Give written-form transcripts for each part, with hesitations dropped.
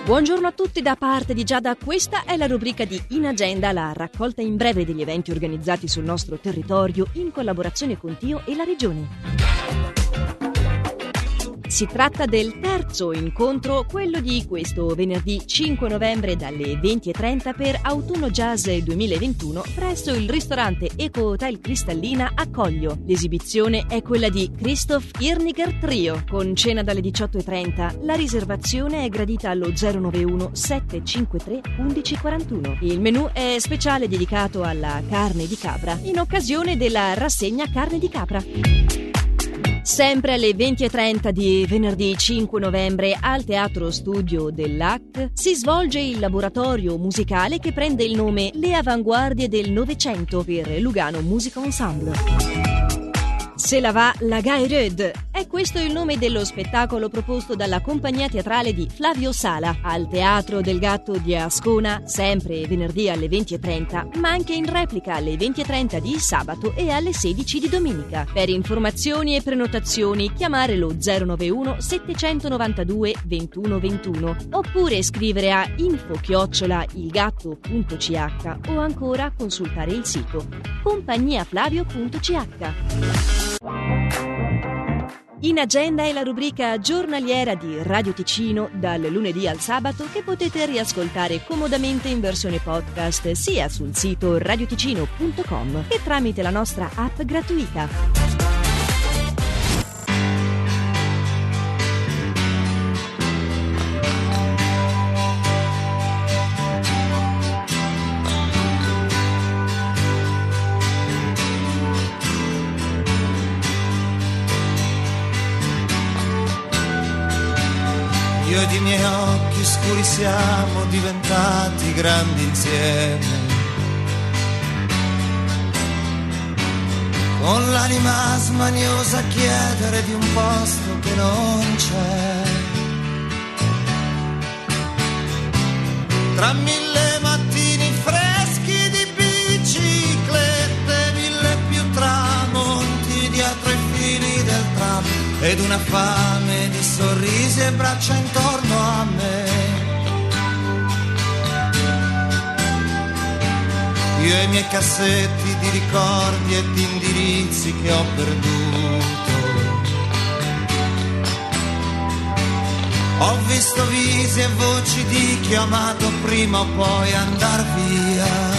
Buongiorno a tutti da parte di Giada, questa è la rubrica di In Agenda, la raccolta in breve degli eventi organizzati sul nostro territorio in collaborazione con Tio e la Regione. Si tratta del terzo incontro, quello di questo venerdì 5 novembre dalle 20:30 per Autunno Jazz 2021 presso il ristorante Eco Hotel Cristallina a Coglio. L'esibizione è quella di Christoph Irniger Trio, con cena dalle 18:30. La riservazione è gradita allo 091 753 1141. Il menù è speciale dedicato alla carne di capra, in occasione della rassegna Carne di Capra. Sempre alle 20:30 di venerdì 5 novembre al Teatro Studio dell'AC si svolge il laboratorio musicale che prende il nome Le Avanguardie del Novecento per Lugano Music Ensemble. Se la va la Gairöd, è questo il nome dello spettacolo proposto dalla compagnia teatrale di Flavio Sala al Teatro del Gatto di Ascona, sempre venerdì alle 20:30, ma anche in replica alle 20:30 di sabato e alle 16 di domenica. Per informazioni e prenotazioni chiamare lo 091 792 2121 oppure scrivere a info@ilgatto.ch o ancora consultare il sito compagniaflavio.ch. In Agenda è la rubrica giornaliera di Radio Ticino dal lunedì al sabato che potete riascoltare comodamente in versione podcast sia sul sito radioticino.com che tramite la nostra app gratuita. Io ed i miei occhi scuri siamo diventati grandi insieme, con l'anima smaniosa a chiedere di un posto che non c'è. Tra mille mattini freschi di biciclette, mille più tramonti dietro i fili del tram ed una fame di sorrisi e braccia intorno a me. Io e i miei cassetti di ricordi e di indirizzi che ho perduto. Ho visto visi e voci di chi ho amato prima o poi andar via.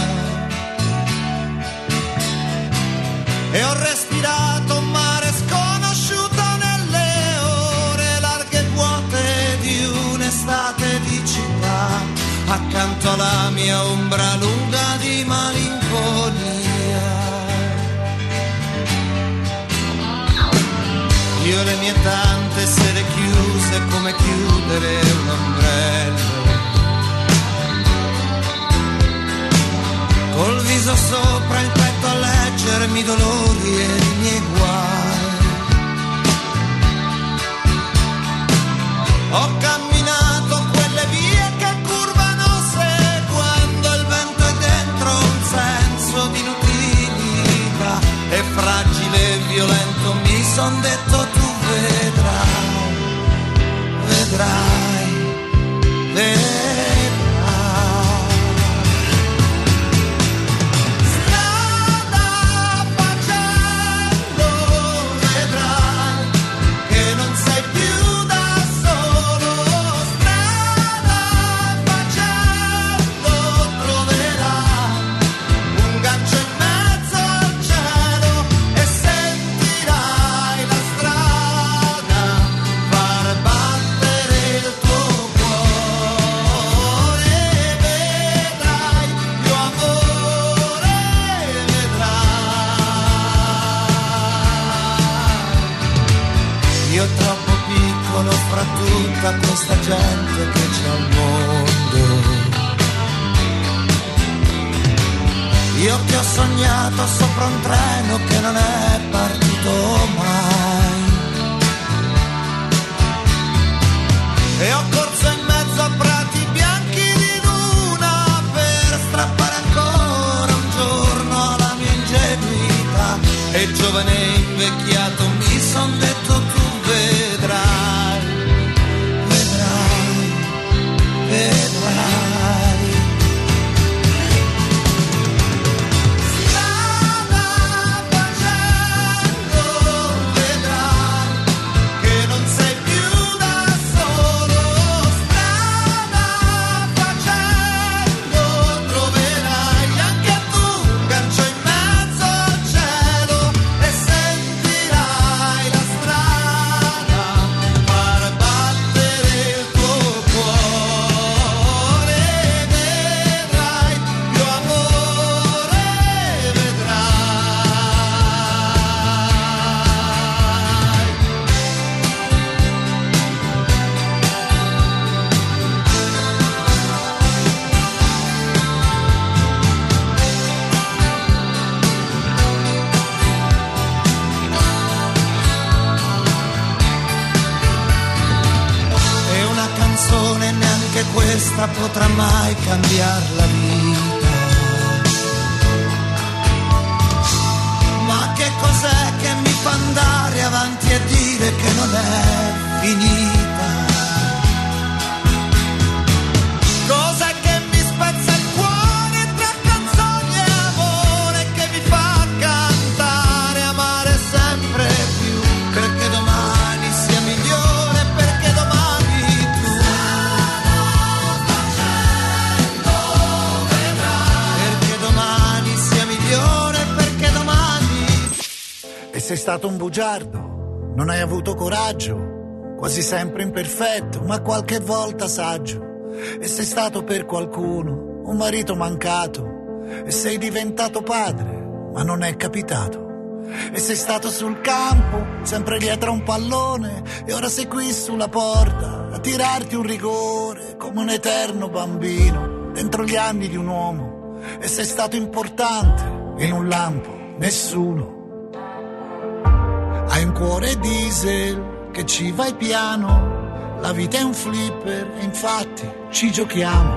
E ho respirato un mare sconosciuto nelle ore larghe e vuote di un'estate di città, accanto alla mia ombra lunga di malinconia. Io e le mie tante sere chiuse come chiudere un ombrello, col viso sopra il petto a leggermi i dolori e i miei guai. Ho camminato quelle vie che curvano seguendo il vento e dentro un senso di inutilità, e fragile e violento mi son detto tu vedrai, vedrai, vedrai. Io troppo piccolo fra tutta questa gente che c'è al mondo. Io che ho sognato sopra un treno che non è partito mai, e ho corso in mezzo a prati bianchi di luna per strappare ancora un giorno alla mia ingenuità, e giovane e invecchiato mi son detto tu vedrai, vedrai, vedrai. canzone, neanche questa potrà mai cambiare la vita. Ma che cos'è che mi fa andare avanti e dire che non è finita? Cos'è che mi spezza il cuore tra canzoni e amore, che mi fa cantare, amare sempre più, perché domani sia migliore, perché domani tu perché domani sia migliore, perché domani. E sei stato un bugiardo, non hai avuto coraggio, quasi sempre imperfetto, ma qualche volta saggio. E sei stato per qualcuno un marito mancato, e sei diventato padre, ma non è capitato. E sei stato sul campo, sempre dietro a un pallone, e ora sei qui sulla porta a tirarti un rigore, come un eterno bambino dentro gli anni di un uomo. E sei stato importante in un lampo, nessuno. Hai un cuore diesel che ci vai piano, la vita è un flipper e infatti ci giochiamo.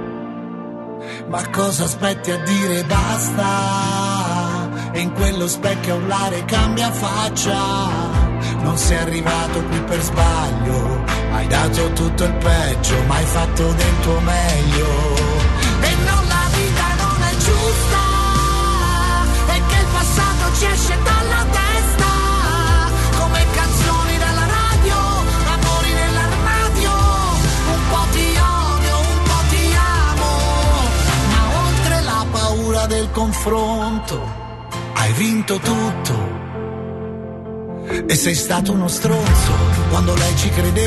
Ma cosa aspetti a dire basta? E in quello specchio a urlare cambia faccia. Non sei arrivato qui per sbaglio, hai dato tutto il peggio, ma hai fatto del tuo meglio. E non, la vita non è giusta, e che il passato ci esce dalla testa, come canzoni dalla radio, amori nell'armadio. Un po' ti odio, un po' ti amo, ma oltre la paura del confronto hai vinto tutto. E sei stato uno stronzo quando lei ci credeva.